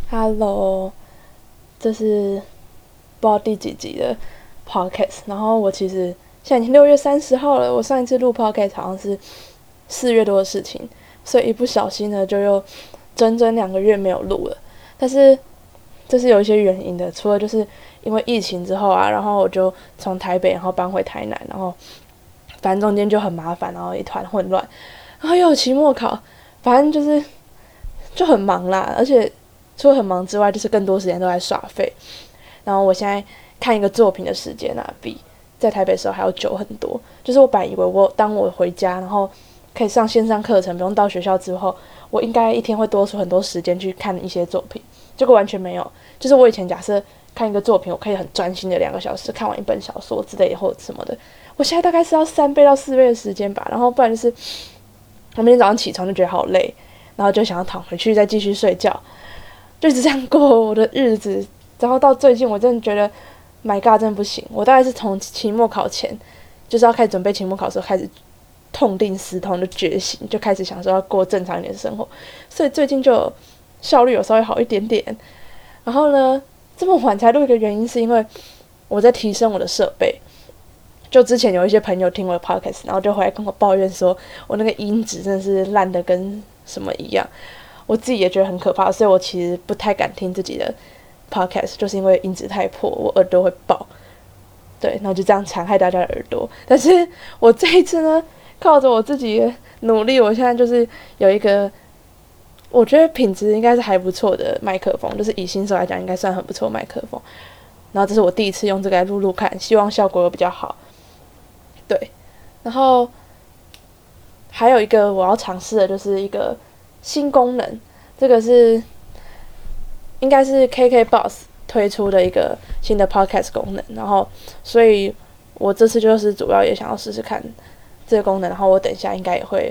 Hello，这是不知道第几集的 podcast。然后我其实现在已经6月30号了，我上一次录 podcast 好像是4月多的事情，所以一不小心呢就又整整2个月没有录了。但是这是有一些原因的，除了就是因为疫情之后啊，然后我就从台北然后搬回台南，然后反正中间就很麻烦，然后一团混乱，然后又有期末考，反正就很忙啦，而且除了很忙之外，就是更多时间都在耍废。然后我现在看一个作品的时间啊，比在台北的时候还要久很多。就是我本来以为当我回家，然后可以上线上课程，不用到学校之后，我应该一天会多出很多时间去看一些作品。结果完全没有。就是我以前假设看一个作品，我可以很专心的2个小时看完一本小说之类的或者什么的，我现在大概是要3倍到4倍的时间吧。然后不然就是我每天早上起床就觉得好累，然后就想要躺回去再继续睡觉，就一直这样过我的日子。然后到最近我真的觉得 My God 真的不行，我大概是从期末考前就是要开始准备期末考的时候开始痛定思痛，就觉醒，就开始想说要过正常一点的生活，所以最近就效率有稍微好一点点。然后呢，这么晚才录一个原因是因为我在提升我的设备。就之前有一些朋友听我的 podcast， 然后就回来跟我抱怨说我那个音质真的是烂的跟什么一样，我自己也觉得很可怕，所以我其实不太敢听自己的 podcast，就是因为音质太破，我耳朵会爆。对，然后就这样残害大家的耳朵。但是我这一次呢，靠着我自己的努力，我现在就是有一个我觉得品质应该是还不错的麦克风，就是以新手来讲应该算很不错的麦克风。然后这是我第一次用这个来录录看，希望效果有比较好。对，然后还有一个我要尝试的就是一个新功能，这个是应该是 KKBOX 推出的一个新的 podcast 功能，然后所以我这次就是主要也想要试试看这个功能，然后我等一下应该也会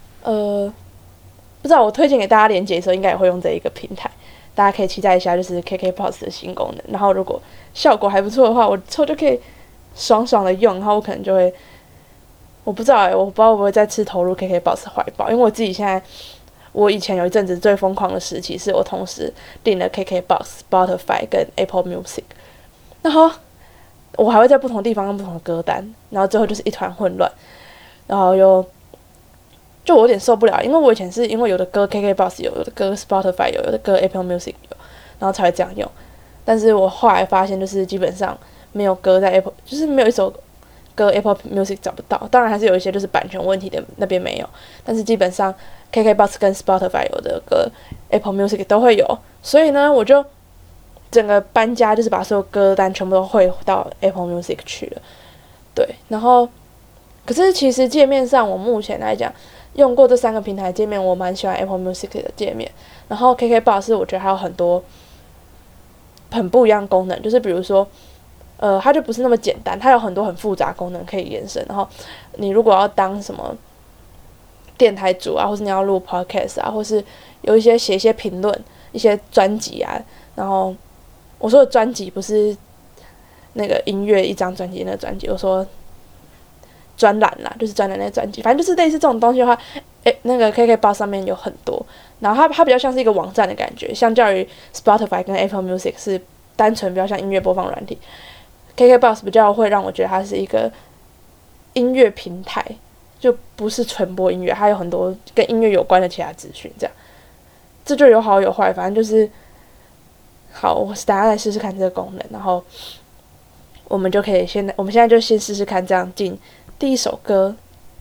不知道我推荐给大家连接的时候应该也会用这一个平台，大家可以期待一下就是 KKBOX 的新功能，然后如果效果还不错的话，我之后就可以爽爽的用，然后我可能就会我不知道我不知道会不会再次投入 KKBOX 怀抱，因为我自己现在，我以前有一阵子最疯狂的时期，是我同时订了 KKBOX、Spotify 跟 Apple Music，然后我还会在不同地方用不同的歌单，然后最后就是一团混乱，然后就我有点受不了，因为我以前是因为有的歌 KKBOX 有，有的歌 Spotify 有，有的歌 Apple Music 有，然后才会这样用。但是我后来发现，就是基本上没有歌在 Apple，就是没有一首歌 Apple Music 找不到。当然还是有一些就是版权问题的那边没有，但是基本上 KKBOX 跟 Spotify 有的歌 Apple Music 都会有。所以呢，我就整个搬家，就是把所有歌单全部都汇到 Apple Music 去了。对，然后可是其实界面上，我目前来讲用过这3个平台界面，我蛮喜欢 Apple Music 的界面。然后 KKBOX 我觉得还有很多很不一样的功能，就是比如说，它就不是那么简单，它有很多很复杂功能可以延伸。然后你如果要当什么电台主啊，或是你要录 podcast 啊，或是有一些写一些评论、一些专辑啊，然后我说的专辑不是那个音乐一张专辑那个专辑，我说专栏啦，就是专栏那个专辑，反正就是类似这种东西的话，那个 KKBOX 上面有很多，然后它比较像是一个网站的感觉，相较于 Spotify 跟 Apple Music 是单纯比较像音乐播放软体，KKBOX 比较会让我觉得它是一个音乐平台，就不是纯播音乐，它有很多跟音乐有关的其他资讯，这就有好有坏，反正就是好，我等下来试试看这个功能，然后我们就可以我们现在就先试试看，这样进第一首歌。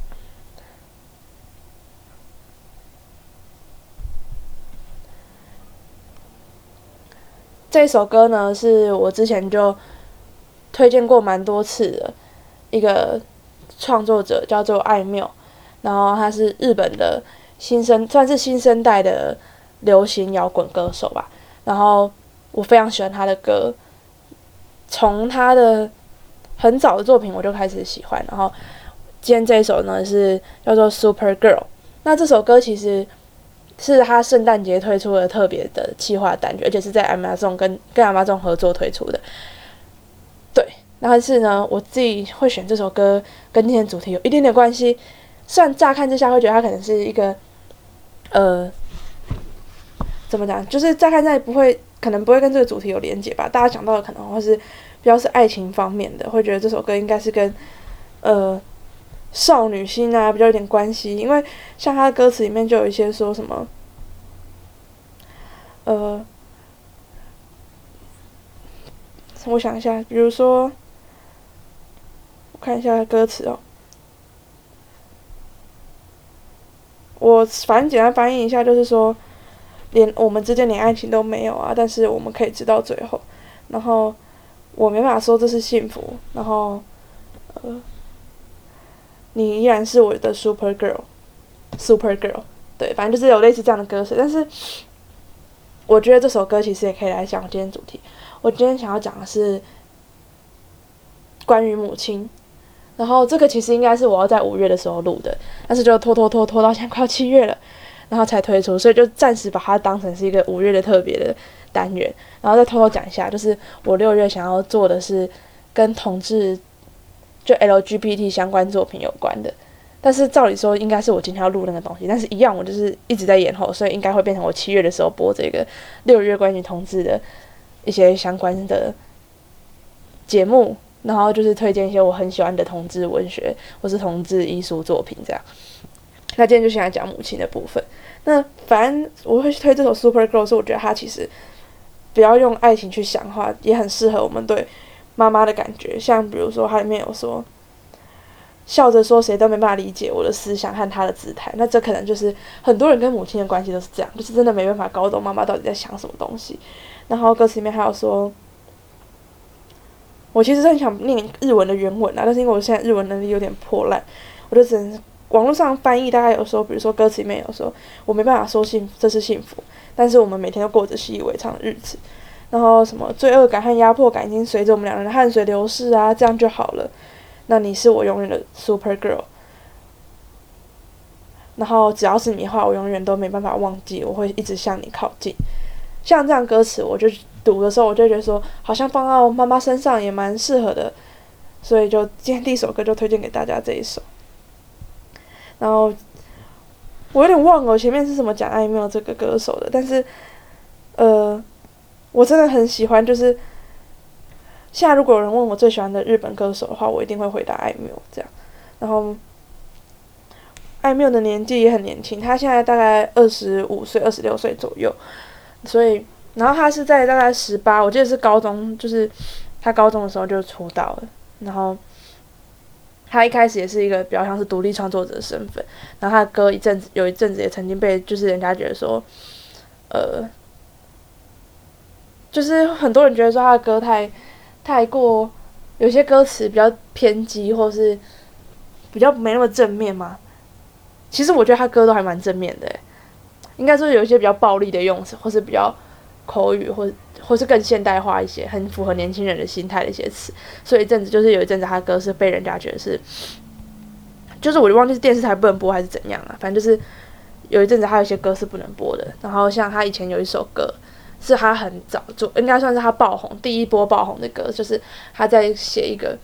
这首歌呢，是我之前就推荐过蛮多次的一个创作者，叫做艾缪，然后他是日本的算是新生代的流行摇滚歌手吧。然后我非常喜欢他的歌，从他的很早的作品我就开始喜欢。然后今天这一首呢是叫做 Super Girl， 那这首歌其实是他圣诞节推出的特别的企划单曲，而且是在 Amazon 跟 Amazon 合作推出的。对，但是呢，我自己会选这首歌跟今天主题有一点点关系。虽然乍看之下会觉得它可能是一个怎么讲，就是乍看不会，可能不会跟这个主题有连结吧。大家想到的可能会是比较是爱情方面的，会觉得这首歌应该是跟少女心啊比较有点关系，因为像他的歌词里面就有一些说什么我想一下，比如说我看一下歌词我反正简单翻译一下，就是说连我们之间连爱情都没有啊，但是我们可以直到最后，然后我没办法说这是幸福，然后你依然是我的 super girl， 对，反正就是有类似这样的歌词。但是我觉得这首歌其实也可以来讲今天主题。我今天想要讲的是关于母亲，然后这个其实应该是我要在5月的时候录的，但是就拖到现在快要7月了，然后才推出，所以就暂时把它当成是一个5月的特别的单元，然后再偷偷讲一下，就是我6月想要做的是跟同志就 LGBT 相关作品有关的，但是照理说应该是我今天要录那个东西，但是一样我就是一直在延后，所以应该会变成我7月的时候播这个6月关于同志的一些相关的节目，然后就是推荐一些我很喜欢的同志文学或是同志艺术作品这样。那今天就先来讲母亲的部分。那反正我会推这首 Super Girl， 是我觉得它其实不要用爱情去想的话，也很适合我们对妈妈的感觉。像比如说它里面有说笑着说谁都没办法理解我的思想和她的姿态，那这可能就是很多人跟母亲的关系都是这样，就是真的没办法搞懂妈妈到底在想什么东西。然后歌词里面还有说，我其实很想念日文的原文啊，但是因为我现在日文能力有点破烂，我就只能网络上翻译。大概有说，比如说歌词里面有说，我没办法说这是幸福，但是我们每天都过着习以为常的日子。然后什么罪恶感和压迫感已经随着我们两人的汗水流逝啊，这样就好了。那你是我永远的 Super Girl， 然后只要是你的话，我永远都没办法忘记，我会一直向你靠近。像这样歌词，我就读的时候，我就觉得说，好像放到妈妈身上也蛮适合的，所以就今天第一首歌就推荐给大家这一首。然后我有点忘了我前面是怎么讲艾缪这个歌手的，但是我真的很喜欢，就是现在如果有人问我最喜欢的日本歌手的话，我一定会回答艾缪这样。然后艾缪的年纪也很年轻，他现在大概25岁、26岁左右，所以然后他是在大概18，我记得是高中，就是他高中的时候就出道了。然后他一开始也是一个比较像是独立创作者的身份，然后他的歌有一阵子也曾经被就是人家觉得说，就是很多人觉得说他的歌太过有些歌词比较偏激，或是比较没那么正面嘛。其实我觉得他歌都还蛮正面的耶，应该说有一些比较暴力的用词，或是比较口语，或是更现代化一些，很符合年轻人的心态的一些词。所以有一阵子他的歌是被人家觉得是，就是我就忘记是电视台不能播还是怎样啊，反正就是有一阵子他有一些歌是不能播的。然后像他以前有一首歌是他很早就应该算是他爆红第一波爆红的歌，就是他在写一个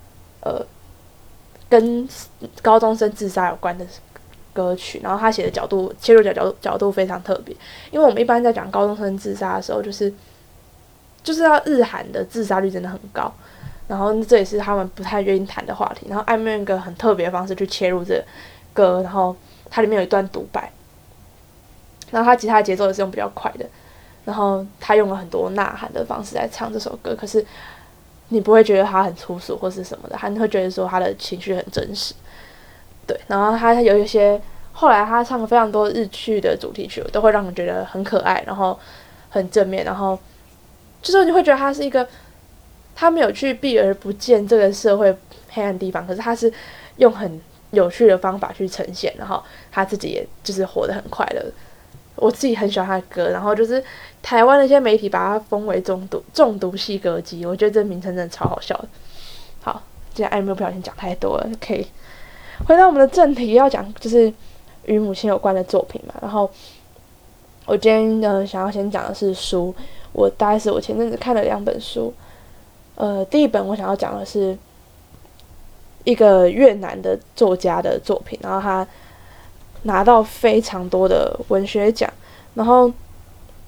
跟高中生自杀有关的歌曲，然后他写的切入角度非常特别。因为我们一般在讲高中生自杀的时候，就是要日韩的自杀率真的很高，然后这也是他们不太愿意谈的话题。然后艾缪用一个很特别的方式去切入这个歌，然后它里面有一段独白，然后他吉他的节奏也是用比较快的，然后他用了很多呐喊的方式来唱这首歌，可是你不会觉得他很粗俗或是什么的，还会觉得说他的情绪很真实。对，然后他有一些后来他唱了非常多日剧的主题曲，都会让人觉得很可爱，然后很正面，然后就是你会觉得他是一个他没有去避而不见这个社会黑暗地方，可是他是用很有趣的方法去呈现，然后他自己也就是活得很快乐。我自己很喜欢他的歌，然后就是台湾的一些媒体把他封为中毒系歌姬，我觉得这名称真的超好笑的。好，今天艾缪不小心讲太多了，可以回到我们的正题，要讲就是与母亲有关的作品嘛。然后我今天想要先讲的是书，大概是我前阵子看了2本书。第一本我想要讲的是一个越南的作家的作品，然后他拿到非常多的文学奖，然后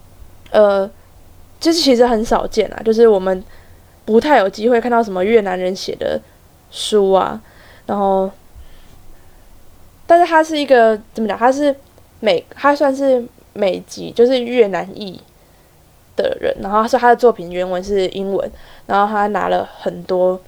就是其实很少见啊，就是我们不太有机会看到什么越南人写的书啊，然后，但是他是一个怎么讲？他算是美籍，就是越南裔的人，然后他说他的作品原文是英文，然后他拿了很多，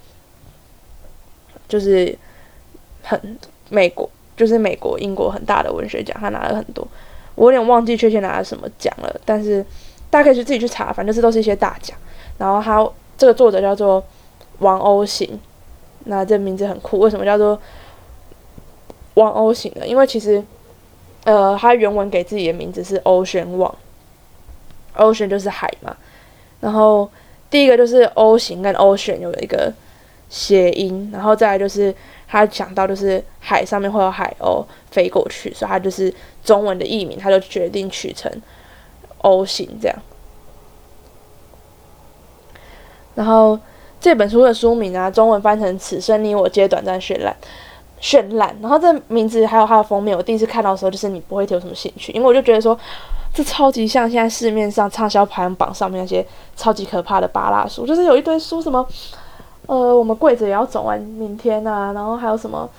就是很美国，就是美国、英国很大的文学奖，他拿了很多，我有点忘记确切拿了什么奖了，但是大家可以去自己去查，反正这都是一些大奖。然后他这个作者叫做王欧行，那这名字很酷，为什么叫做王欧行呢？因为其实他原文给自己的名字是Ocean Wang，Ocean 就是海嘛，然后第一个就是 O 型跟 Ocean 有一个谐音，然后再来就是他想到就是海上面会有海鸥飞过去，所以他就是中文的译名，他就决定取成 O 型这样。然后这本书的书名啊，中文翻成《此生你我皆短暂绚烂》，然后这名字还有它的封面，我第一次看到的时候，就是你不会有什么兴趣，因为我就觉得说，这超级像现在市面上畅销排行榜上面那些超级可怕的芭乐书，就是有一堆书什么，我们跪着也要走完明天啊，然后还有什么，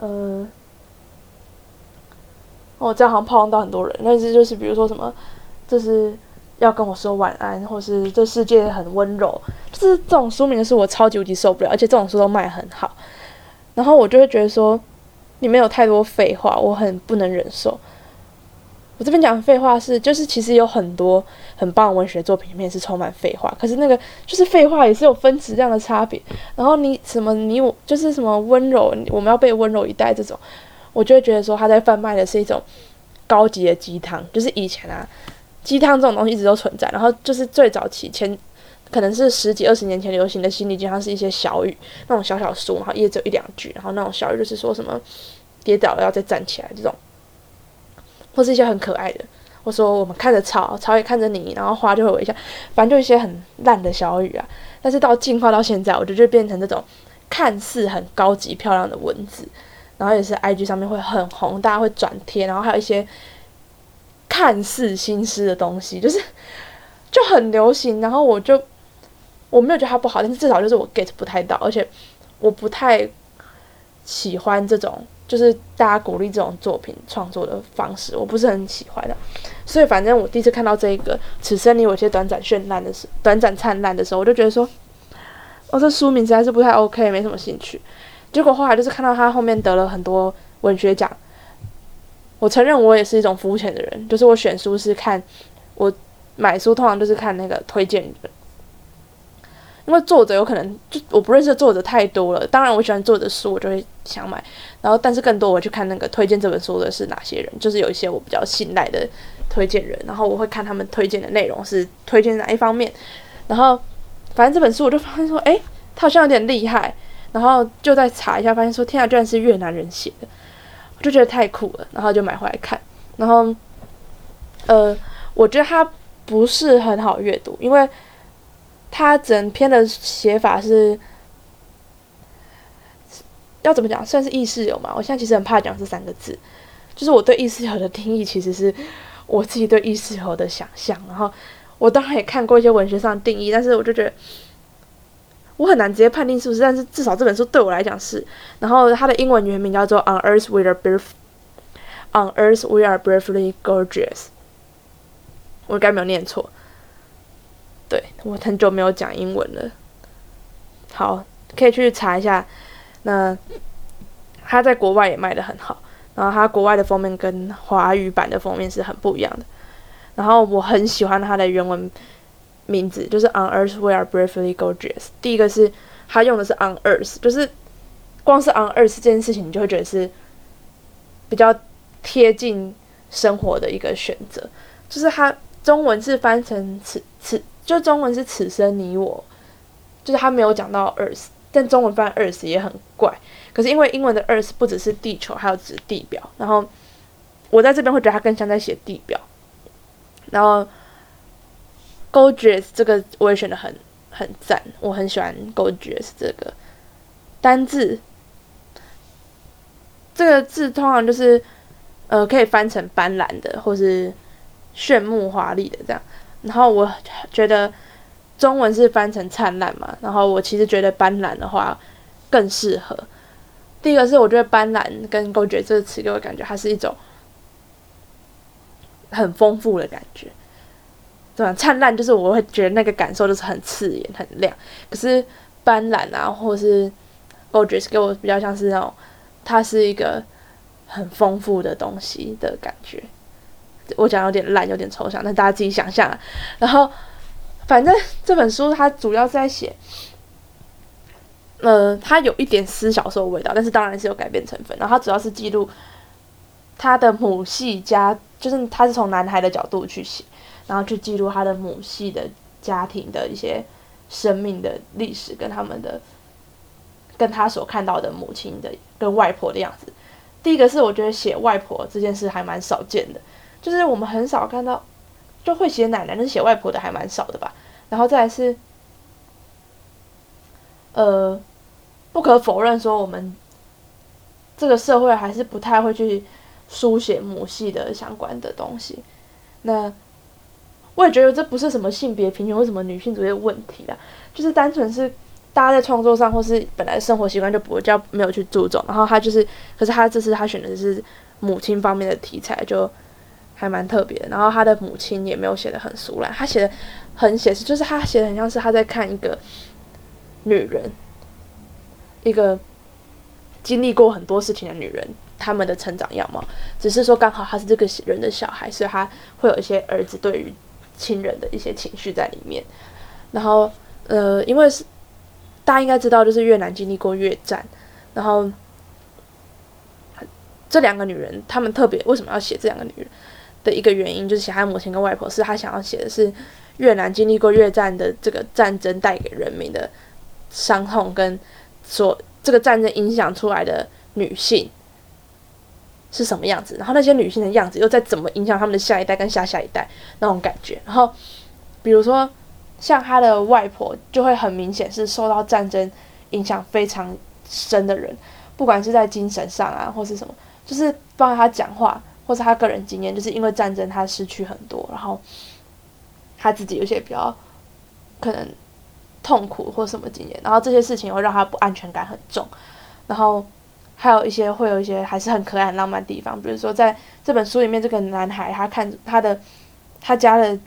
这样好像泡到很多人，但是就是比如说什么，就是要跟我说晚安，或是这世界很温柔，就是这种书名的书我超级无敌受不了，而且这种书都卖很好，然后我就会觉得说，里面有太多废话，我很不能忍受。我这边讲废话是，就是其实有很多很棒的文学作品里面是充满废话，可是那个就是废话也是有分质量的差别。然后你我就是什么温柔，我们要被温柔以待这种，我就会觉得说他在贩卖的是一种高级的鸡汤，就是以前啊，鸡汤这种东西一直都存在，然后就是最早期可能是10几20年前流行的心理鸡汤是一些小语，那种小小书，然后页只有1-2句，然后那种小语就是说什么跌倒了要再站起来这种。或是一些很可爱的，或说我们看着草，草也看着你，然后花就会微笑，反正就一些很烂的小语啊。但是进化到现在，我觉得就变成这种看似很高级漂亮的文字，然后也是 IG 上面会很红，大家会转贴，然后还有一些看似新诗的东西，就很流行。然后我没有觉得它不好，但是至少就是我 get 不太到，而且我不太喜欢这种。就是大家鼓励这种作品创作的方式，我不是很喜欢的。所以反正我第一次看到这个“此生你我皆短暂灿烂”的时候，我就觉得说，这书名实在是不太 OK， 没什么兴趣。结果后来就是看到他后面得了很多文学奖，我承认我也是一种肤浅的人，就是我选书是我买书通常就是看那个推荐人。因为作者有可能就我不认识的作者太多了，当然我喜欢作者书，我就会想买。然后，但是更多我去看那个推荐这本书的是哪些人，就是有一些我比较信赖的推荐人，然后我会看他们推荐的内容是推荐哪一方面。然后，反正这本书我就发现说，他好像有点厉害，然后就再查一下，发现说，天啊，居然是越南人写的，我就觉得太酷了，然后就买回来看。然后，我觉得它不是很好阅读，因为它整篇的写法是要怎么讲，算是意识流嘛。我现在其实很怕讲这3个字，就是我对意识流的定义其实是我自己对意识流的想象。然后我当然也看过一些文学上的定义，但是我就觉得我很难直接判定是不是，但是至少这本书对我来讲是。然后它的英文原名叫做On Earth We Are Briefly Gorgeous， 我应该没有念错。对，我很久没有讲英文了，好，可以去查一下。那它在国外也卖得很好，然后它国外的封面跟华语版的封面是很不一样的。然后我很喜欢它的原文名字，就是 On Earth We Are Briefly Gorgeous。第一个是它用的是 On Earth， 就是光是 On Earth 这件事情，你就会觉得是比较贴近生活的一个选择。就是它中文是翻成就中文是此生你我，就是他没有讲到 Earth， 但中文翻 Earth 也很怪。可是因为英文的 Earth 不只是地球，还有指地表，然后我在这边会觉得它更像在写地表。然后 Gorgeous 这个我也选得很赞，我很喜欢 Gorgeous 这个单字。这个字通常就是可以翻成斑斓的，或是炫目华丽的这样。 然后我觉得中文是翻成灿烂嘛，然后我其实觉得斑斓的话更适合。第一个是我觉得斑斓跟勾觉这个词给我感觉它是一种很丰富的感觉，对吧？灿烂就是我会觉得那个感受就是很刺眼很亮，可是斑斓啊或是勾觉给我比较像是那种它是一个很丰富的东西的感觉。我讲有点烂有点抽象，但大家自己想象啊。然后反正这本书它主要是在写它有一点私小说的味道，但是当然是有改编成分。然后它主要是记录他的母系家，就是他是从男孩的角度去写，然后去记录他的母系的家庭的一些生命的历史，跟他们的跟他所看到的母亲的跟外婆的样子。第一个是我觉得写外婆这件事还蛮少见的，就是我们很少看到就会写奶奶，但是写外婆的还蛮少的吧。然后再来是不可否认说我们这个社会还是不太会去书写母系的相关的东西。那我也觉得这不是什么性别平权或什么女性主义的问题啦，就是单纯是大家在创作上或是本来生活习惯就比较没有去注重，然后他就是，可是他这次他选的是母亲方面的题材，就还蛮特别的。然后他的母亲也没有写得很俗烂，他写的很写实，就是他写的很像是他在看一个女人，一个经历过很多事情的女人，他们的成长样貌，只是说刚好他是这个人的小孩，所以他会有一些儿子对于亲人的一些情绪在里面。然后因为是大家应该知道，就是越南经历过越战，然后这两个女人，她们特别为什么要写这两个女人的一个原因，就是写她母亲跟外婆，是她想要写的是越南经历过越战的这个战争带给人民的伤痛，跟这个战争影响出来的女性是什么样子，然后那些女性的样子又在怎么影响他们的下一代跟下下一代那种感觉。然后比如说像他的外婆就会很明显是受到战争影响非常深的人，不管是在精神上啊或是什么，就是包括他讲话或是他个人经验，就是因为战争他失去很多，然后他自己有些比较可能痛苦或什么经验，然后这些事情会让他不安全感很重。然后还有一些会有一些还是很可爱很浪漫的地方，比如说在这本书里面，这个男孩他看他家的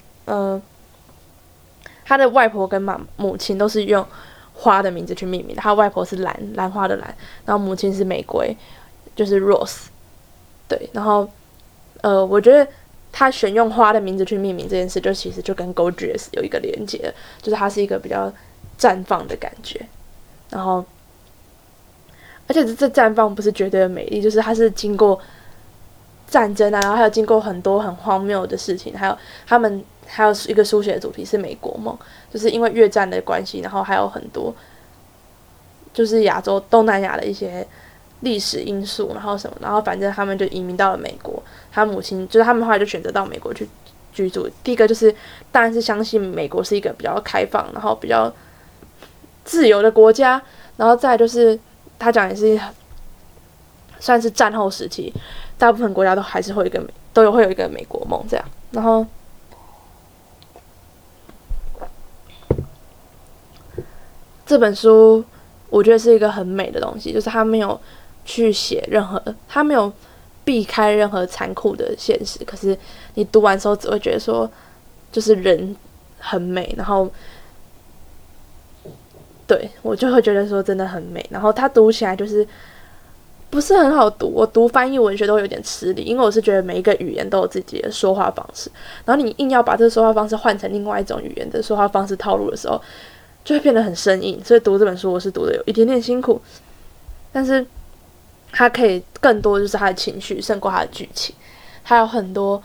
他的外婆跟母亲都是用花的名字去命名的，他外婆是兰花的兰，然后母亲是玫瑰，就是 rose。 对，然后我觉得他选用花的名字去命名这件事，就其实就跟 Gorgeous 有一个连接，就是它是一个比较绽放的感觉。然后而且这绽放不是绝对的美丽，就是它是经过战争啊，然后还有经过很多很荒谬的事情，还有他们还有一个书写的主题是美国梦，就是因为越战的关系，然后还有很多就是亚洲东南亚的一些历史因素，然后什么，然后反正他们就移民到了美国。他母亲就是他们后来就选择到美国去居住。第一个就是当然是相信美国是一个比较开放，然后比较自由的国家，然后再来就是他讲也是算是战后时期，大部分国家都还是会有一个美国梦这样。然后这本书我觉得是一个很美的东西，就是他没有去写任何，他没有避开任何残酷的现实，可是你读完之后只会觉得说，就是人很美，然后对我就会觉得说真的很美。然后它读起来就是不是很好读，我读翻译文学都有点吃力，因为我是觉得每一个语言都有自己的说话方式，然后你硬要把这个说话方式换成另外一种语言的说话方式套路的时候，就会变得很生硬。所以读这本书我是读的有一点点辛苦，但是它可以更多就是他的情绪胜过他的剧情，还有很多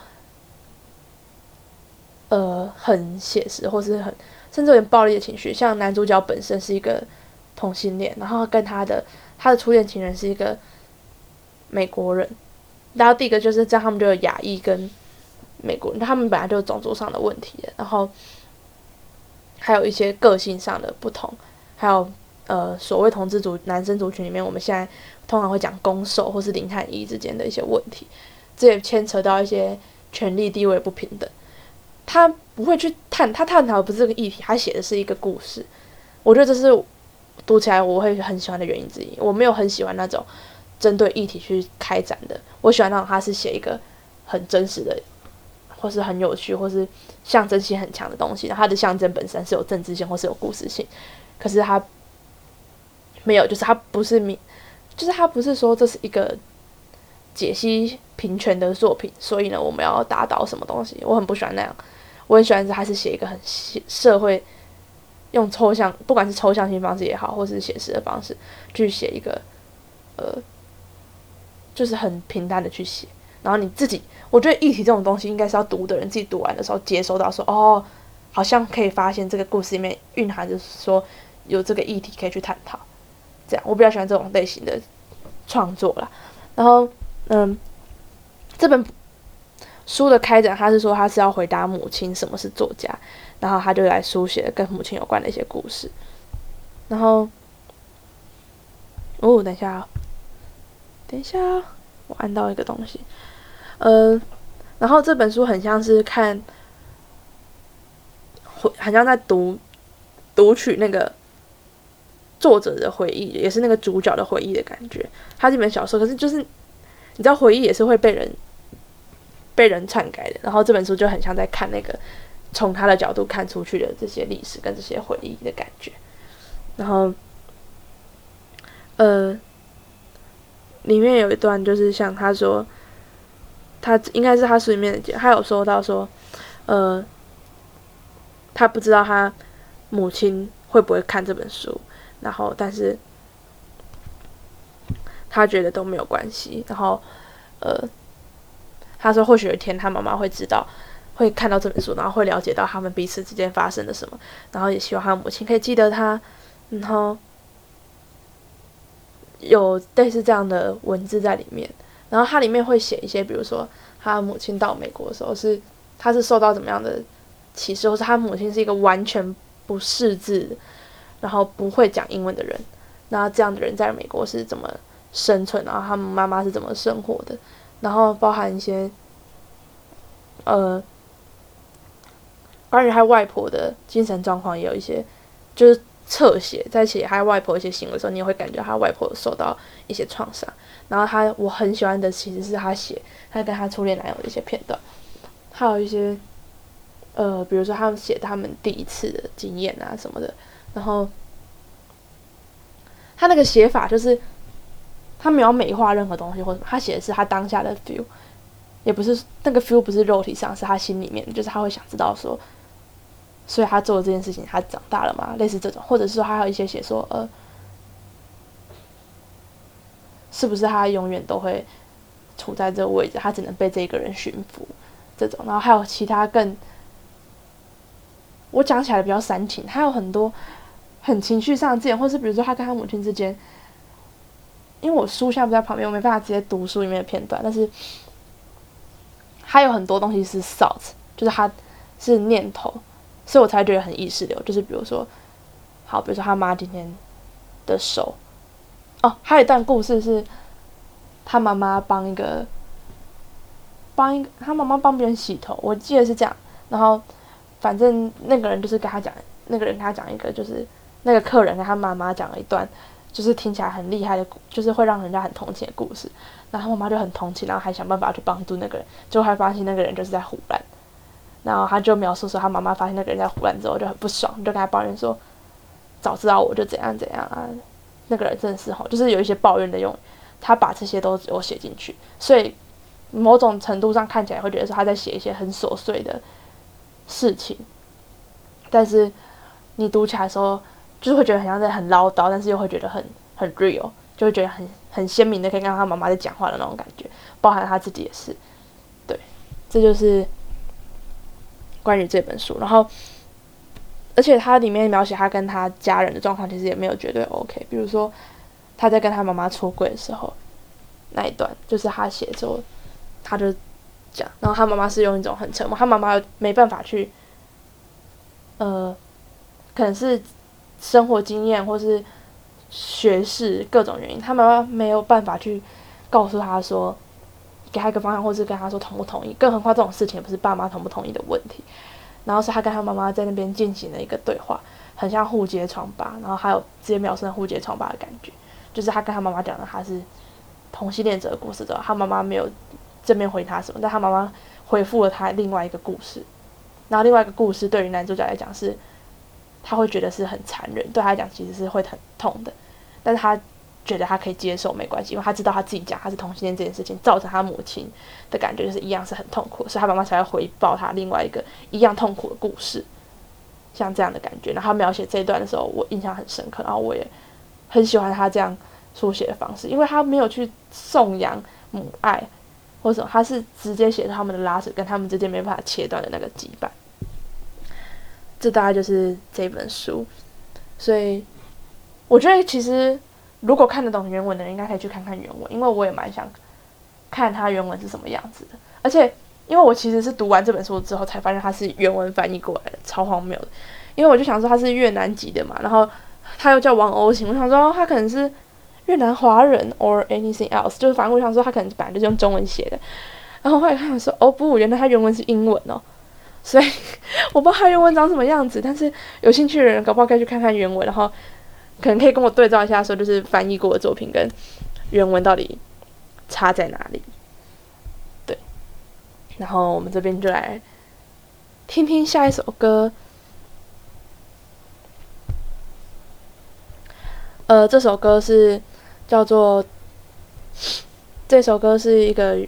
很写实或是很甚至有点暴力的情绪，像男主角本身是一个同性恋，然后跟他的初恋情人是一个美国人，然后第一个就是这样，他们就有亚裔跟美国人，他们本来就有种族上的问题的，然后还有一些个性上的不同，还有所谓同志男生族群里面，我们现在通常会讲攻受或是零和一之间的一些问题，这也牵扯到一些权力地位不平等。 他不会去他探讨的不是这个议题，他写的是一个故事。我觉得这是读起来我会很喜欢的原因之一。我没有很喜欢那种针对议题去开展的，我喜欢那种他是写一个很真实的，或是很有趣，或是象征性很强的东西。然后它的象征本身是有政治性或是有故事性，可是它没有，就是它不是就是它不是说这是一个解析平权的作品，所以呢我们要打倒什么东西。我很不喜欢那样，我很喜欢他是写一个很社会，用抽象，不管是抽象性方式也好，或是写实的方式去写一个就是很平淡的去写。然后你自己，我觉得议题这种东西应该是要读的人自己读完的时候接收到说，哦，好像可以发现这个故事里面蕴含着说有这个议题可以去探讨。这样我比较喜欢这种类型的创作啦。然后这本书的开展，他是说他是要回答母亲什么是作家，然后他就来书写跟母亲有关的一些故事。然后等一下我按到一个东西。然后这本书很像是很像在读取那个作者的回忆，也是那个主角的回忆的感觉。它是一本小说，可是就是你知道回忆也是会被人篡改的。然后这本书就很像在看那个从他的角度看出去的这些历史跟这些回忆的感觉。然后里面有一段就是像他说，他应该是他书里面的，他有说到说，他不知道他母亲会不会看这本书，然后但是他觉得都没有关系。然后他说或许有一天他妈妈会知道，会看到这本书，然后会了解到他们彼此之间发生了什么，然后也希望他母亲可以记得他。然后有类似这样的文字在里面。然后它里面会写一些，比如说他母亲到美国的时候他是受到怎么样的启示，或是他母亲是一个完全不识字，然后不会讲英文的人，那这样的人在美国是怎么生存，然后他们妈妈是怎么生活的，然后包含一些关于他外婆的精神状况，也有一些就是侧写，在写他外婆一些行为的时候，你也会感觉他外婆受到一些创伤。然后我很喜欢的其实是他写他跟他初恋男友的一些片段，还有一些比如说他们写他们第一次的经验啊什么的。然后他那个写法就是他没有美化任何东西或什么，他写的是他当下的 feel， 也不是那个 feel 不是肉体上，是他心里面，就是他会想知道说，所以他做的这件事情他长大了嘛，类似这种。或者是说还有一些写说是不是他永远都会处在这个位置，他只能被这个人驯服这种。然后还有其他我讲起来比较煽情，还有很多很情绪上的字眼，或是比如说他跟他母亲之间，因为我书现在不在旁边，我没办法直接读书里面的片段，但是还有很多东西是 thought， 就是他是念头，所以我才觉得很意识流。就是比如说他妈今天的手，还有一段故事是他妈妈帮他妈妈帮别人洗头，我记得是这样。然后反正那个人就是跟他讲，一个就是那个客人跟他妈妈讲了一段就是听起来很厉害的，就是会让人家很同情的故事。然后他妈妈就很同情，然后还想办法去帮助那个人，结果还发现那个人就是在唬烂。然后他就描述说他妈妈发现那个人在唬烂之后就很不爽，就跟他抱怨说早知道我就怎样怎样啊，那个人真的是就是有一些抱怨的用语，他把这些都有写进去。所以某种程度上看起来会觉得说他在写一些很琐碎的事情，但是你读起来的时候就是会觉得很像在很唠叨，但是又会觉得很 real， 就会觉得很鲜明的可以看到他妈妈在讲话的那种感觉，包含他自己也是。对，这就是关于这本书。然后而且他里面描写他跟他家人的状况其实也没有绝对 OK。比如说他在跟他妈妈出柜的时候那一段，就是他写之后他就讲，然后他妈妈是用一种很沉默，他妈妈没办法去可能是生活经验或是学识各种原因，他妈妈没有办法去告诉他说给他一个方向，或是跟他说同不同意。更何况这种事情也不是爸妈同不同意的问题。 然后是他跟他妈妈在那边进行了一个对话，很像互揭疮疤，然后还有直接描述互揭疮疤的感觉，就是他跟他妈妈讲的他是同性恋者的故事之后，他妈妈没有正面回他什么，但他妈妈回复了他另外一个故事，然后另外一个故事对于男主角来讲是，他会觉得是很残忍，对他来讲其实是会很痛的，但是他觉得他可以接受，没关系，因为他知道他自己讲他是同性恋这件事情造成他母亲的感觉就是一样是很痛苦，所以他妈妈才会回报他另外一个一样痛苦的故事，像这样的感觉。然后他描写这一段的时候，我印象很深刻，然后我也很喜欢他这样书写的方式，因为他没有去颂扬母爱或者他是直接写出他们的拉扯跟他们之间没办法切断的那个羁绊。这大概就是这本书，所以我觉得其实如果看得懂原文的人应该可以去看看原文，因为我也蛮想看它原文是什么样子的。而且因为我其实是读完这本书之后才发现它是原文翻译过来的，超荒谬的。因为我就想说他是越南籍的嘛，然后他又叫王欧琴，我想说他可能是越南华人 or anything else， 就是反正我想说他可能本来就是用中文写的。然后后来看说哦不，原来他原文是英文哦，所以我不知道他原文长什么样子，但是有兴趣的人搞不好可以去看看原文，然后可能可以跟我对照一下，说就是翻译过的作品跟原文到底差在哪里。对，然后我们这边就来听听下一首歌。这首歌是叫做，这首歌是一个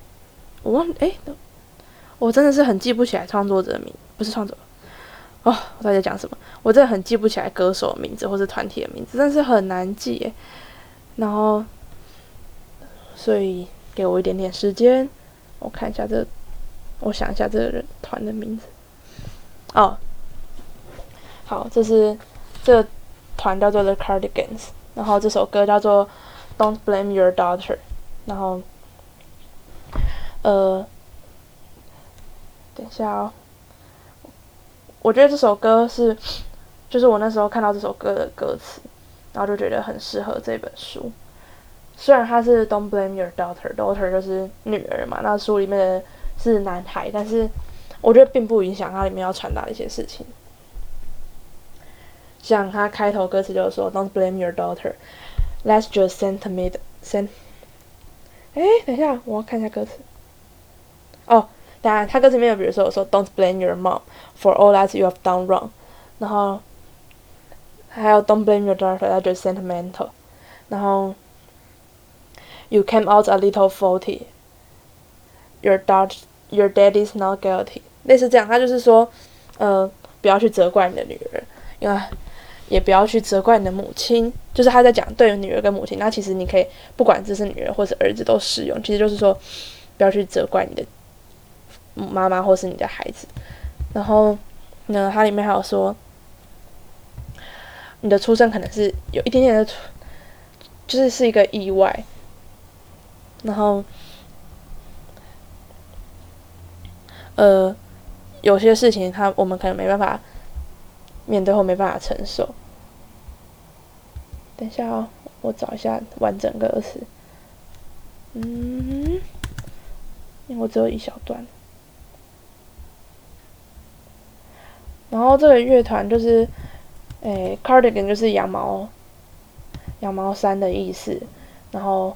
我真的是很记不起来创作者的名，不是创作哦，我到底在讲什么？我真的很记不起来歌手的名字或是团体的名字，真的是很难记耶。然后，所以给我一点点时间，我看一下我想一下这个人团的名字。哦，好，这个团叫做 The Cardigans， 然后这首歌叫做 Don't Blame Your Daughter， 然后等一下哦，我觉得这首歌就是我那时候看到这首歌的歌词，然后就觉得很适合这本书。虽然它是 Don't Blame Your Daughter 就是女儿嘛，那书里面的是男孩，但是我觉得并不影响它里面要传达的一些事情。像他开头歌词就是说 Don't blame your daughter, That's just sentiment. 等一下，我要看一下歌词。哦，当然，他歌词里面有比如说我说 Don't blame your mom for all that you have done wrong， 然后还有 Don't blame your daughter, That's just sentimental， 然后 You came out a little faulty, Your daddy's not guilty， 类似这样，他就是说不要去责怪你的女儿，因为也不要去责怪你的母亲，就是他在讲对女儿跟母亲，那其实你可以不管这是女儿或是儿子都适用，其实就是说不要去责怪你的妈妈或是你的孩子。然后呢，它里面还有说你的出生可能是有一点点的，就是一个意外，然后有些事情我们可能没办法面对或没办法承受。等一下哦，我找一下完整歌词。因为我只有一小段。然后这个乐团就是，cardigan 就是羊毛衫的意思。然后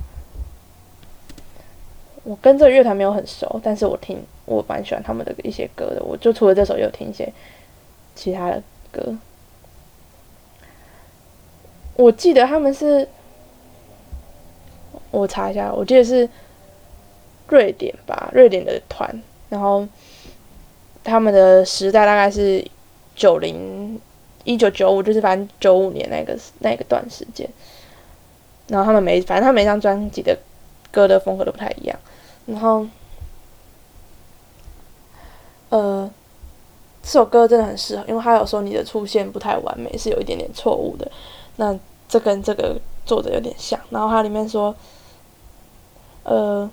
我跟这个乐团没有很熟，但是我蛮喜欢他们的一些歌的。我就除了这首，也有听一些其他的歌。我记得他们是，我查一下，我记得是瑞典吧，瑞典的团。然后他们的时代大概是1995，就是反正95年那个段时间。然后反正他们每张专辑的歌的风格都不太一样。然后这首歌真的很适合，因为他有说你的出现不太完美，是有一点点错误的。那这跟这个作者有点像。然后它里面说，我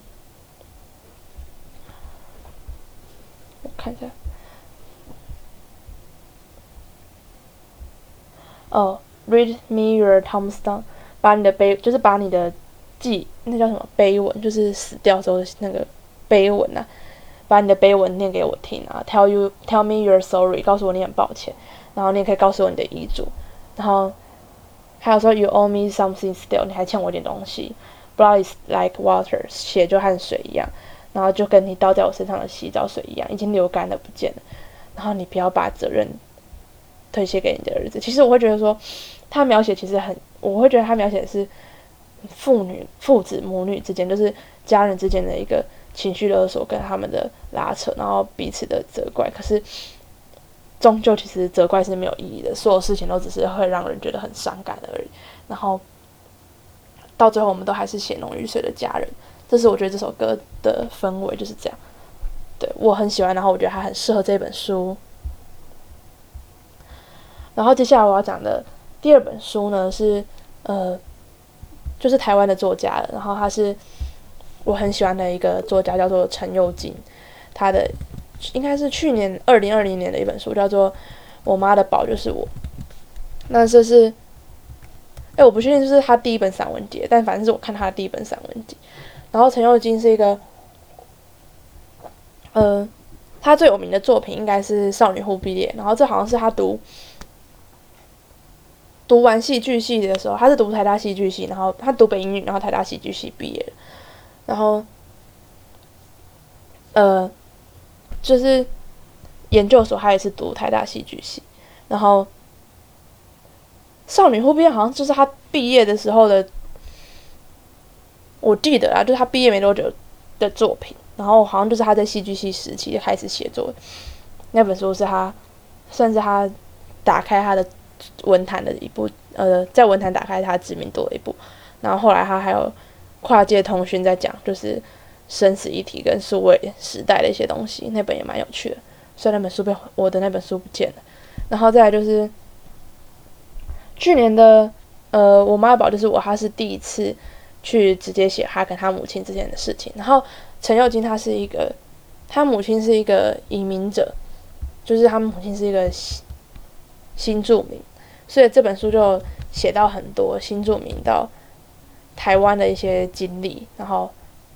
看一下，read me your tombstone， 把你的那叫什么碑文，就是死掉之后的那个碑文啊， 把你的碑文念给我听啊，tell me you're sorry， 告诉我你很抱歉，然后你也可以告诉我你的遗嘱，然后还有说 you owe me something still， 你还欠我点东西。Blood is like water， 血就和水一样，然后就跟你倒在我身上的洗澡水一样，已经流干了不见了。然后你不要把责任推卸给你的儿子。其实我会觉得说，他描写其实我会觉得他描写的是父子母女之间，就是家人之间的一个情绪勒索跟他们的拉扯，然后彼此的责怪。可是终究其实责怪是没有意义的，所有事情都只是会让人觉得很伤感而已。然后到最后我们都还是血浓于水的家人，这是我觉得这首歌的氛围就是这样。对，我很喜欢，然后我觉得它很适合这本书。然后接下来我要讲的第二本书呢是就是台湾的作家了，然后他是我很喜欢的一个作家，叫做陈佑金，他的应该是去年2020年的一本书，叫做《我妈的宝就是我》。那这是我不确定就是他第一本散文集，但反正是我看他的第一本散文集。然后陈佑金是一个他最有名的作品应该是《少女忽必烈》，然后这好像是他读完戏剧系的时候，他是读台大戏剧系，然后他读北一女，然后台大戏剧系毕业了，然后就是研究所他也是读台大戏剧系，然后少女忽必烈好像就是他毕业的时候的，我记得啦，就是他毕业没多久的作品，然后好像就是他在戏剧系时期就开始写作，那本书是他算是他打开他的文坛的一部，在文坛打开他知名度的一部。然后后来他还有跨界通讯在讲，就是生死议题跟数位时代的一些东西，那本也蛮有趣的。虽然那本书我的那本书不见了。然后再来就是去年的我妈的宝就是我，他是第一次去直接写他跟他母亲之间的事情。然后陈佑金他母亲是一个移民者，就是他母亲是一个新住民，所以这本书就写到很多新住民到台湾的一些经历，然后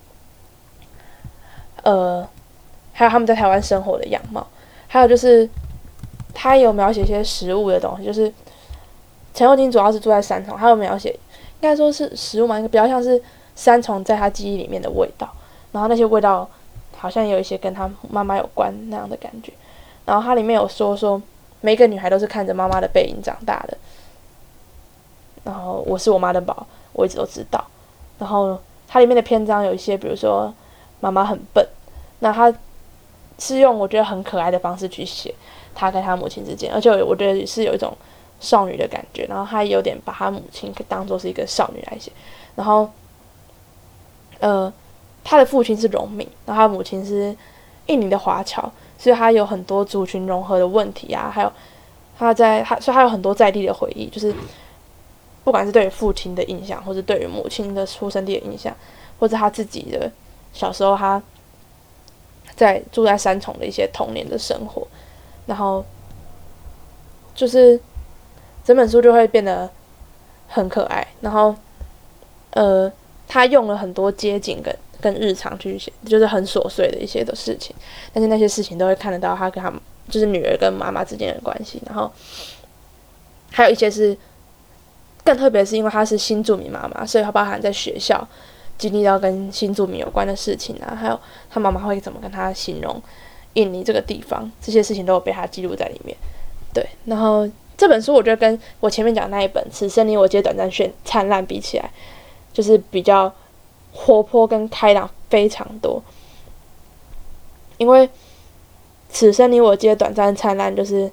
还有他们在台湾生活的样貌，还有就是他有描写一些食物的东西，就是陈佑金主要是住在三重，他有描写应该说是食物嘛，比较像是三重在他记忆里面的味道，然后那些味道好像有一些跟他妈妈有关那样的感觉。然后他里面有说每个女孩都是看着妈妈的背影长大的，然后我是我妈的宝，我一直都知道。然后它里面的篇章有一些，比如说妈妈很笨，那他是用我觉得很可爱的方式去写他跟他母亲之间，而且我觉得是有一种少女的感觉，然后他有点把他母亲当作是一个少女来写。然后他的父亲是荣民，然后他母亲是印尼的华侨，所以他有很多族群融合的问题啊，还有所以他有很多在地的回忆，就是不管是对于父亲的印象，或是对于母亲的出生地的印象，或者他自己的小时候他住在三重的一些童年的生活，然后就是整本书就会变得很可爱。然后他用了很多街景跟日常去写，就是很琐碎的一些的事情，但是那些事情都会看得到他跟他就是女儿跟妈妈之间的关系。然后还有一些是更特别，是因为他是新住民妈妈，所以他包含在学校经历到跟新住民有关的事情啊，还有他妈妈会怎么跟他形容印尼这个地方，这些事情都有被他记录在里面。对，然后这本书我觉得跟我前面讲的那一本《此生你我皆短暂灿烂》比起来，就是比较活泼跟开朗非常多。因为此生你我皆短暂灿烂，就是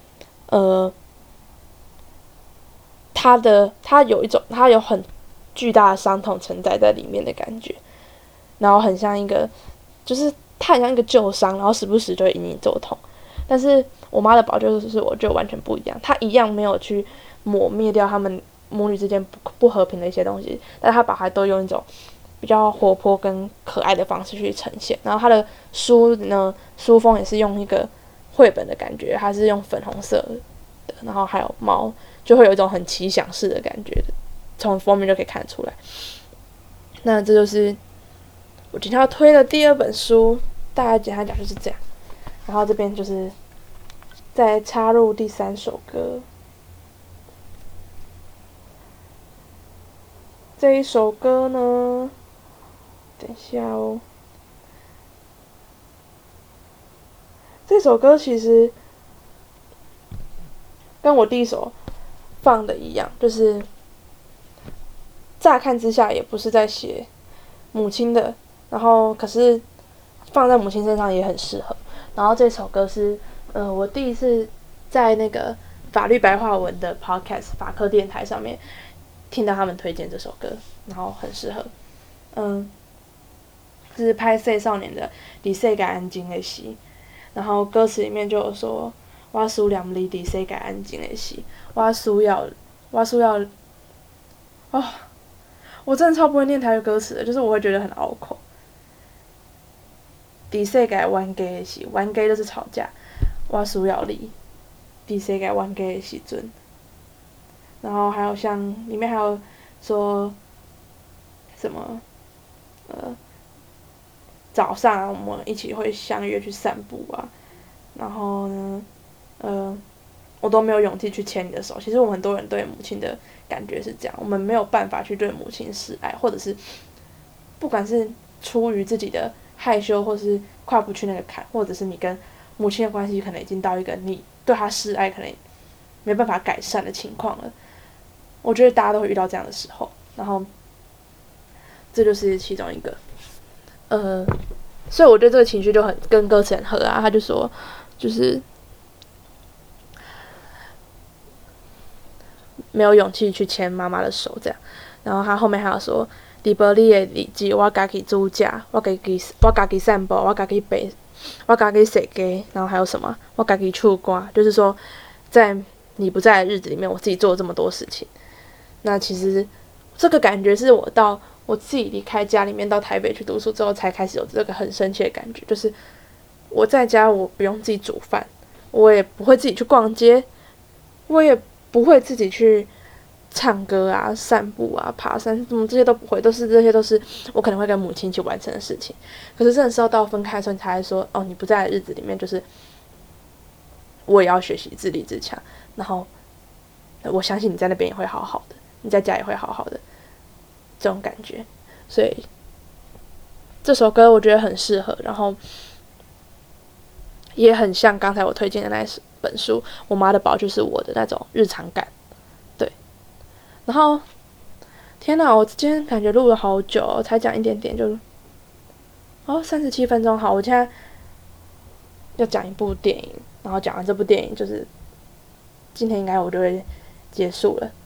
他有很巨大的伤痛承载在里面的感觉，然后很像一个，就是他很像一个旧伤，然后时不时就会隐隐作痛。但是我妈的宝就是我就完全不一样，他一样没有去抹灭掉他们母女之间不和平的一些东西，但他把它都用一种比较活泼跟可爱的方式去呈现。然后他的书呢，书封也是用一个绘本的感觉，它是用粉红色的，然后还有猫，就会有一种很奇想式的感觉，从封面就可以看出来。那这就是我今天要推的第二本书。 大概简单讲就是这样。然后这边就是再插入第3首歌，这一首歌呢，等一下哦。这首歌其实跟我第一首放的一样，就是乍看之下也不是在写母亲的，然后可是放在母亲身上也很适合。然后这首歌是我第一次在那个法律白话文的 podcast 法科电台上面听到他们推荐这首歌，然后很适合。就是拍摄少年的伫世界安静的时，然后歌词里面就有说，我思念你伫世界安静的时，我需要，哦，我真的超不会念台语歌词的，就是我会觉得很拗口。伫世界冤家的时，冤家就是吵架，我需要你，伫世界冤家的时阵。然后还有像里面还有说什么早上我们一起会相约去散步啊，然后呢我都没有勇气去牵你的手。其实我们很多人对母亲的感觉是这样，我们没有办法去对母亲示爱，或者是不管是出于自己的害羞，或是跨不去那个坎，或者是你跟母亲的关系可能已经到一个你对她示爱可能没办法改善的情况了。我觉得大家都会遇到这样的时候，然后这就是其中一个。所以我觉得这个情绪就很跟歌词很合啊。他就说，就是没有勇气去牵妈妈的手这样。然后他后面还有说，伫无你的日子，我家己煮食，我家己散步，我家己爬，我家己踅街，然后还有什么，我家己唱歌，就是说，在你不在的日子里面，我自己做了这么多事情。那其实这个感觉是我到我自己离开家里面到台北去读书之后，才开始有这个很深切的感觉，就是我在家我不用自己煮饭，我也不会自己去逛街，我也不会自己去唱歌啊、散步啊、爬山，这些都不会，这些都是我可能会跟母亲一起完成的事情。可是真的是要到分开的时候，你才会说，哦，你不在的日子里面，就是我也要学习自立自强，然后我相信你在那边也会好好的，你在家也会好好的，这种感觉。所以这首歌我觉得很适合，然后也很像刚才我推荐的那本书《我妈的宝就是我的》那种日常感。对，然后天哪，我今天感觉录了好久才讲一点点就37分钟。好，我现在要讲一部电影，然后讲完这部电影就是今天应该我就会结束了，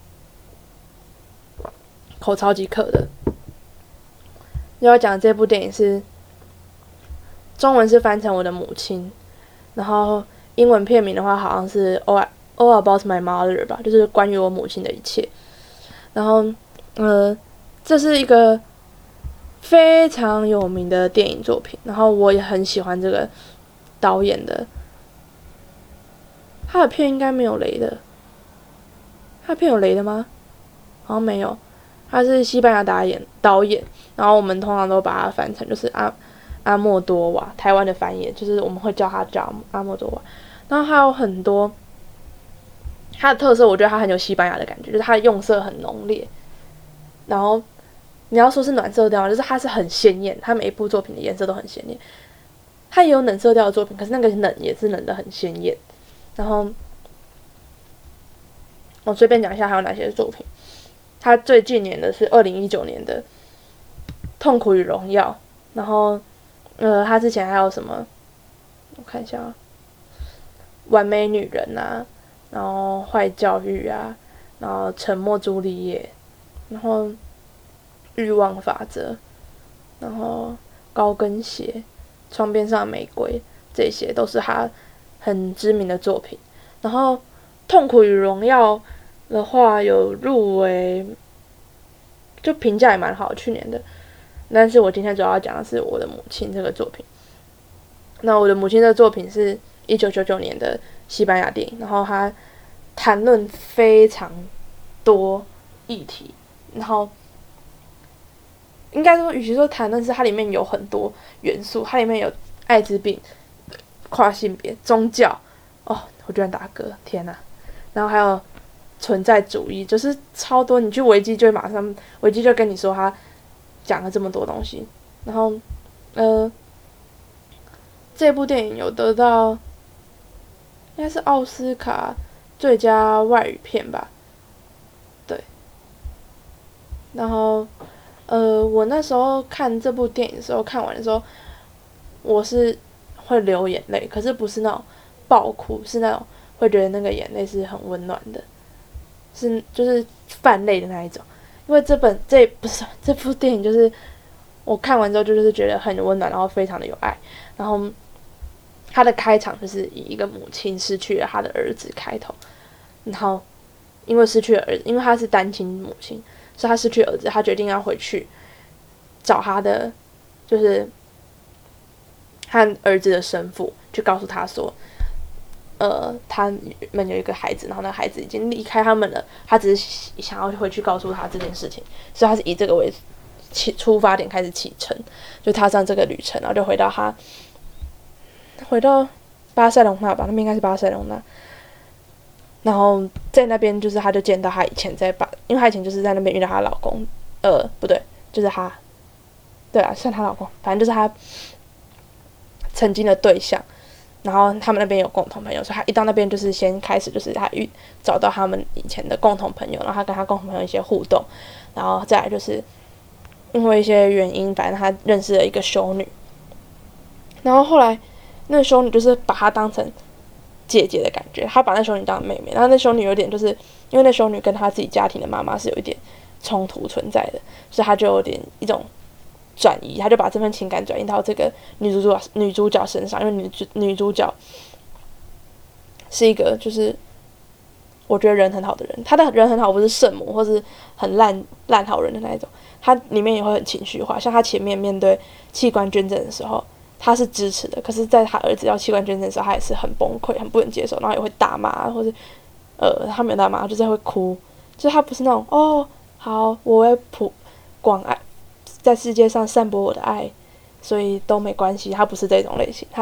口超级渴的。要讲的这部电影是中文是翻成我的母亲，然后英文片名的话好像是 All About My Mother 吧，就是关于我母亲的一切。然后这是一个非常有名的电影作品，然后我也很喜欢这个导演的。他的片应该没有雷的，他的片有雷的吗？好像没有。他是西班牙导演，然后我们通常都把它翻成就是阿莫多瓦，台湾的翻译就是我们会叫他叫阿莫多瓦。然后还有很多它的特色，我觉得它很有西班牙的感觉，就是它的用色很浓烈。然后你要说是暖色调，就是它是很鲜艳，它每一部作品的颜色都很鲜艳。它也有冷色调的作品，可是那个冷也是冷的很鲜艳。然后我随便讲一下还有哪些作品。他最近年的是2019年的《痛苦与荣耀》，然后他之前还有什么？我看一下啊，《完美女人》啊，然后《坏教育》啊，然后《沉默朱丽叶》，然后《欲望法则》，然后《高跟鞋》、《窗边上的玫瑰》，这些都是他很知名的作品。然后《痛苦与荣耀》的话有入围，就评价也蛮好，去年的。但是我今天主要讲的是我的母亲这个作品。那我的母亲这个作品是1999年的西班牙电影，然后它谈论非常多议题，然后应该说，与其说谈论是它里面有很多元素，它里面有艾滋病、跨性别、宗教，我居然打嗝，天哪！然后还有存在主义，就是超多。你去维基就会马上，维基就跟你说他讲了这么多东西。然后，这部电影有得到应该是奥斯卡最佳外语片吧？对。然后，我那时候看这部电影的时候，看完的时候，我是会流眼泪，可是不是那种爆哭，是那种会觉得那个眼泪是很温暖的，就是泛泪的那一种。因为这部电影，就是我看完之后就是觉得很温暖，然后非常的有爱。然后他的开场就是以一个母亲失去了他的儿子开头，然后因为失去了儿子，因为他是单亲母亲，所以他失去儿子，他决定要回去找他的就是和儿子的生父，去告诉他说，他们有一个孩子，然后那个孩子已经离开他们了，他只是想要回去告诉他这件事情，所以他是以这个为出发点开始启程，就踏上这个旅程，然后就回到巴塞隆纳吧，那边应该是巴塞隆纳。然后在那边就是他就见到他以前因为他以前就是在那边遇到她老公，不对，就是他，对啊，算她老公，反正就是他曾经的对象。然后他们那边有共同朋友，所以他一到那边就是先开始就是他找到他们以前的共同朋友，然后他跟他共同朋友一些互动，然后再来就是因为一些原因，反正他认识了一个修女，然后后来那个修女就是把他当成姐姐的感觉，他把那修女当妹妹，然后那修女有点就是因为那修女跟他自己家庭的妈妈是有一点冲突存在的，所以他就有点一种转移，他就把这份情感转移到这个女主角身上，因为女主角是一个就是我觉得人很好的人，她的人很好，不是圣母或是很烂好人的那一种，她里面也会很情绪化，像她前面面对器官捐赠的时候，她是支持的，可是在她儿子要器官捐赠的时候，她也是很崩溃，很不能接受，然后也会大骂，或是她没有大骂，就是会哭，就是她不是那种好，我会广爱。在世界上散播我的爱，所以都没关系。他不是这种类型，他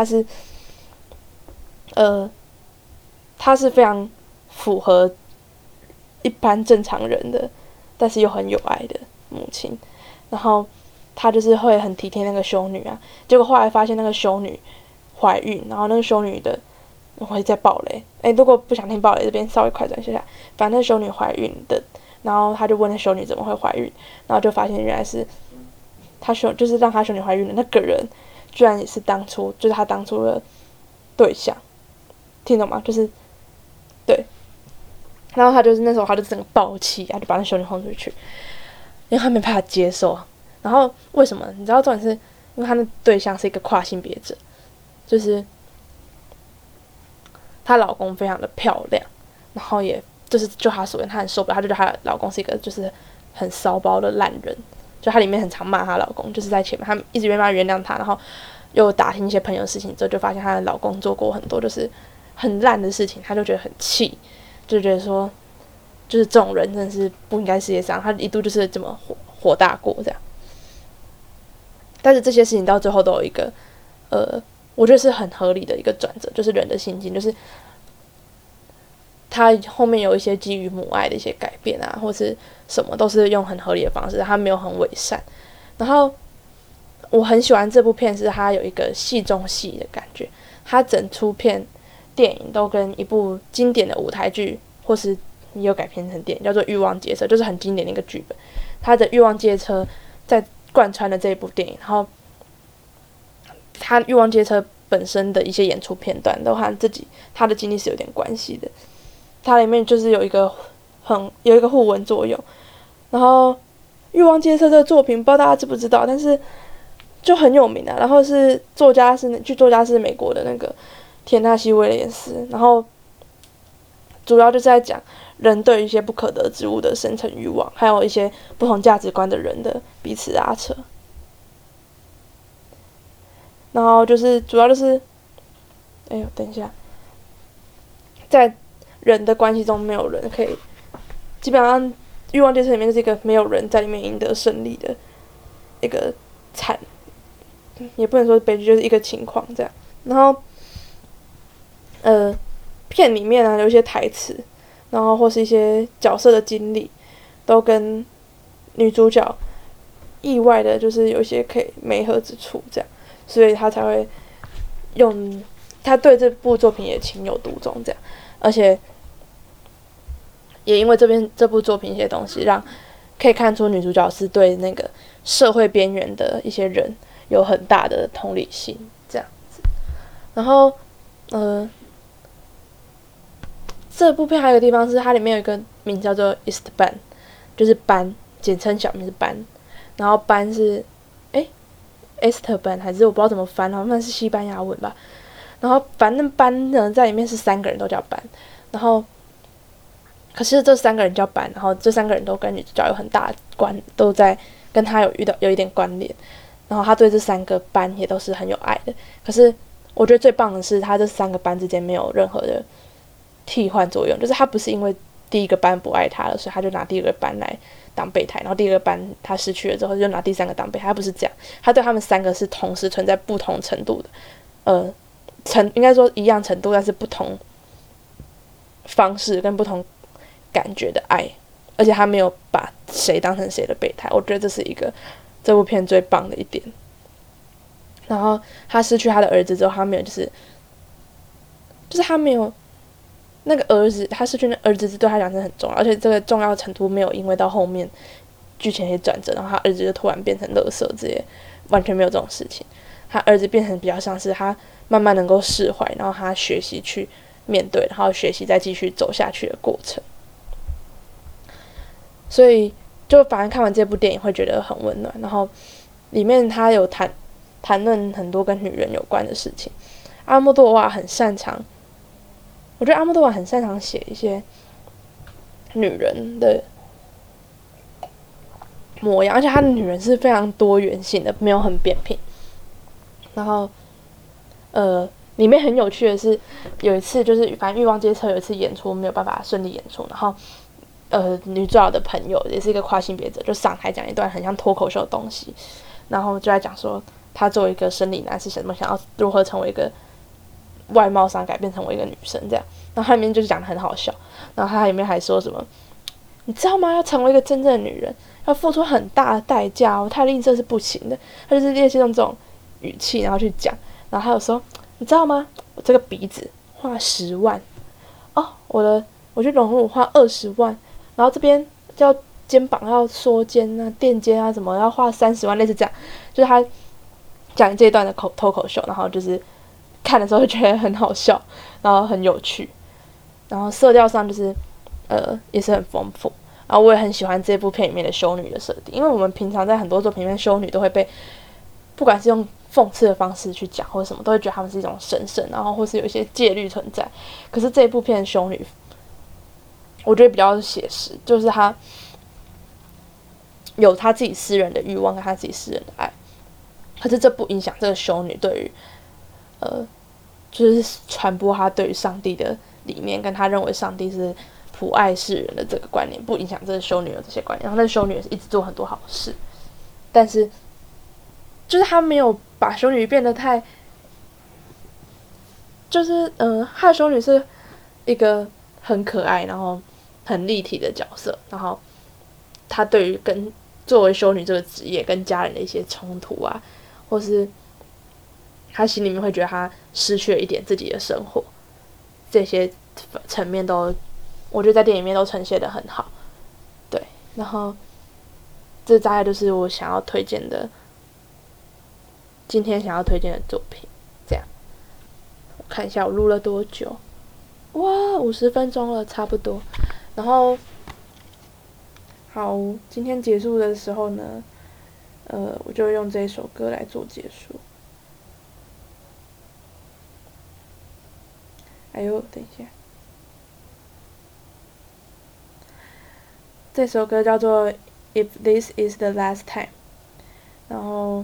是非常符合一般正常人的，但是又很有爱的母亲。然后他就是会很体贴那个修女啊，结果后来发现那个修女怀孕，然后那个修女的我会再爆雷，如果不想听爆雷，这边稍微快转一下，反正那个修女怀孕的，然后他就问那修女怎么会怀孕，然后就发现原来是。就是让他修女怀孕的那个人，居然也是就是他当初的对象，听懂吗？就是对，然后他就是那时候他就整个爆气，他就把那修女轰出去，因为他没办法接受。然后为什么？你知道重点是因为他的对象是一个跨性别者，就是她老公非常的漂亮，然后也就她所言，她很受不了，她就觉得她老公是一个就是很骚包的烂人。就她里面很常骂她老公，就是在前面，她一直没办法原谅他，然后又打听一些朋友的事情之后，就发现她的老公做过很多就是很烂的事情，她就觉得很气，就觉得说，就是这种人真的是不应该世界上，她一度就是这么火大过这样。但是这些事情到最后都有一个我觉得是很合理的一个转折，就是人的心境，就是他后面有一些基于母爱的一些改变啊，或是什么都是用很合理的方式，他没有很伪善。然后我很喜欢这部片，是它有一个戏中戏的感觉，它整出片电影都跟一部经典的舞台剧，或是也有改编成电影，叫做《欲望街车》，就是很经典的一个剧本。它的《欲望街车》在贯穿了这一部电影，然后它《欲望街车》本身的一些演出片段都和他的经历是有点关系的。它里面就是有一个互文作用，然后《欲望街车》这个作品，不知道大家知不知道，但是就很有名啊。然后剧作家是美国的那个田纳西·威廉斯，然后主要就是在讲人对于一些不可得之物的深层欲望，还有一些不同价值观的人的彼此拉扯。然后就是主要就是，等一下，在人的关系中，没有人可以，基本上欲望街车里面就是一个没有人在里面赢得胜利的一个也不能说是悲剧，就是一个情况这样。然后片里面啊有一些台词，然后或是一些角色的经历，都跟女主角意外的，就是有一些可以媒合之处，这样，所以他才会他对这部作品也情有独钟，这样，而且也因为这部作品一些东西，让可以看出女主角是对那个社会边缘的一些人有很大的同理心，这样子。然后，这部片还有一个地方是它里面有一个名叫做 Esteban， 就是班，简称小名是班。然后班是Esteban 还是我不知道怎么翻，好像是西班牙文吧。然后反正班呢在里面是3个人都叫班，然后可是这3个人叫班，然后这3个人都跟女主角有很大的都在跟他有一点关联。然后他对这3个班也都是很有爱的。可是我觉得最棒的是，他这3个班之间没有任何的替换作用，就是他不是因为第一个班不爱他了，所以他就拿第二个班来当备胎，然后第二个班他失去了之后就拿第3个当备胎，他不是这样，他对他们3个是同时存在不同程度的，应该说一样程度，但是不同方式跟不同感觉的爱，而且他没有把谁当成谁的备胎，我觉得这是一个这部片最棒的一点。然后他失去他的儿子之后，他没有就是他没有那个儿子，他失去那儿子对他讲真的很重要，而且这个重要程度没有因为到后面剧情一些转折，然后他儿子就突然变成垃圾这些，完全没有这种事情。他儿子变成比较像是他慢慢能够释怀，然后他学习去面对，然后学习再继续走下去的过程。所以就反正看完这部电影会觉得很温暖，然后里面他有谈论很多跟女人有关的事情。阿莫多瓦很擅长，我觉得阿莫多瓦很擅长写一些女人的模样，而且他的女人是非常多元性的，没有很扁平。然后里面很有趣的是，有一次就是反正欲望街车有一次演出没有办法顺利演出，然后女主角的朋友也是一个跨性别者，就上台讲一段很像脱口秀的东西，然后就在讲说他作为一个生理男是想要如何成为一个外貌上改变成为一个女生这样，然后他里面就是讲得很好笑，然后他里面还说什么，你知道吗？要成为一个真正的女人，要付出很大的代价哦，太吝啬是不行的。他就是练习用这种语气，然后去讲，然后还有说，你知道吗？我这个鼻子花10万哦，我去隆乳花20万，然后这边叫肩膀要缩肩啊、垫肩啊什么要花30万，类似这样，就是他讲这一段的脱口秀，然后就是看的时候就觉得很好笑，然后很有趣，然后色调上就是也是很丰富。然后我也很喜欢这部片里面的修女的设定，因为我们平常在很多作品里面，修女都会被不管是用讽刺的方式去讲，或者什么，都会觉得他们是一种神圣，然后或是有一些戒律存在。可是这一部片的修女，我觉得比较写实，就是她有她自己私人的欲望跟她自己私人的爱，可是这不影响这个修女对于就是传播她对于上帝的理念，跟她认为上帝是普爱世人的这个观念，不影响这个修女有这些观念。然后那个修女也是一直做很多好事，但是就是她没有把修女变得太，就是她的修女是一个很可爱，然后很立体的角色，然后她对于跟作为修女这个职业跟家人的一些冲突啊，或是她心里面会觉得她失去了一点自己的生活，这些层面都我觉得在电影里面都呈现得很好。对，然后这大概就是我想要推荐的，今天想要推荐的作品。这样，我看一下我录了多久，哇，50分钟了，差不多。然后，好，今天结束的时候呢，我就用这一首歌来做结束。哎呦，等一下，这首歌叫做《If This Is the Last Time》，然后，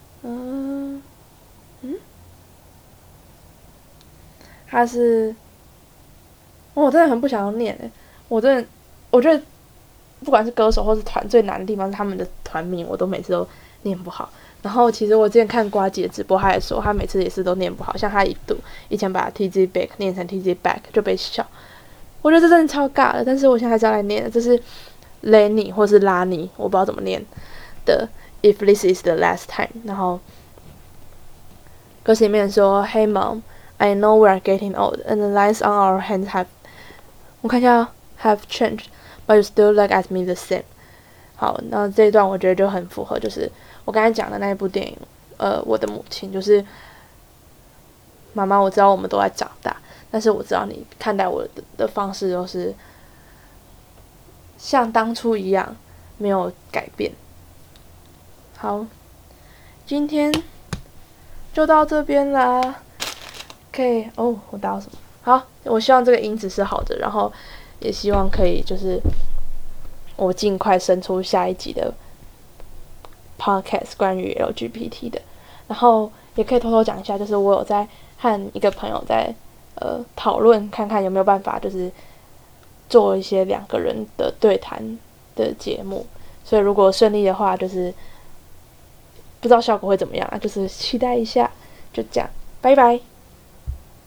它是，我真的很不想要念诶，我觉得不管是歌手或是团最难的地方是他们的团名，我都每次都念不好。然后其实我之前看瓜姐直播，她也说她每次也是都念不好，像她以前把 TZ back 念成 TZ back 就被笑。我觉得这真的超尬的，但是我现在还是要来念的，这是 Lenny 或是拉尼，我不知道怎么念的 If this is the last time。然后歌词里面说 Hey mom, I know we are getting old and the lines on our hands have 我看一下have changed, but you still look at me the same。好，那这一段我觉得就很符合，就是我刚才讲的那一部电影，我的母亲，就是妈妈，我知道我们都在长大，但是我知道你看待我的方式都是像当初一样没有改变。好，今天就到这边啦。可以哦，我打到什么？好，我希望这个音质是好的，然后也希望可以就是我尽快生出下一集的 podcast 关于 LGBT 的，然后也可以偷偷讲一下，就是我有在和一个朋友在讨论，看看有没有办法就是做一些2个人的对谈的节目，所以如果顺利的话，就是不知道效果会怎么样啊，就是期待一下，就这样，拜拜。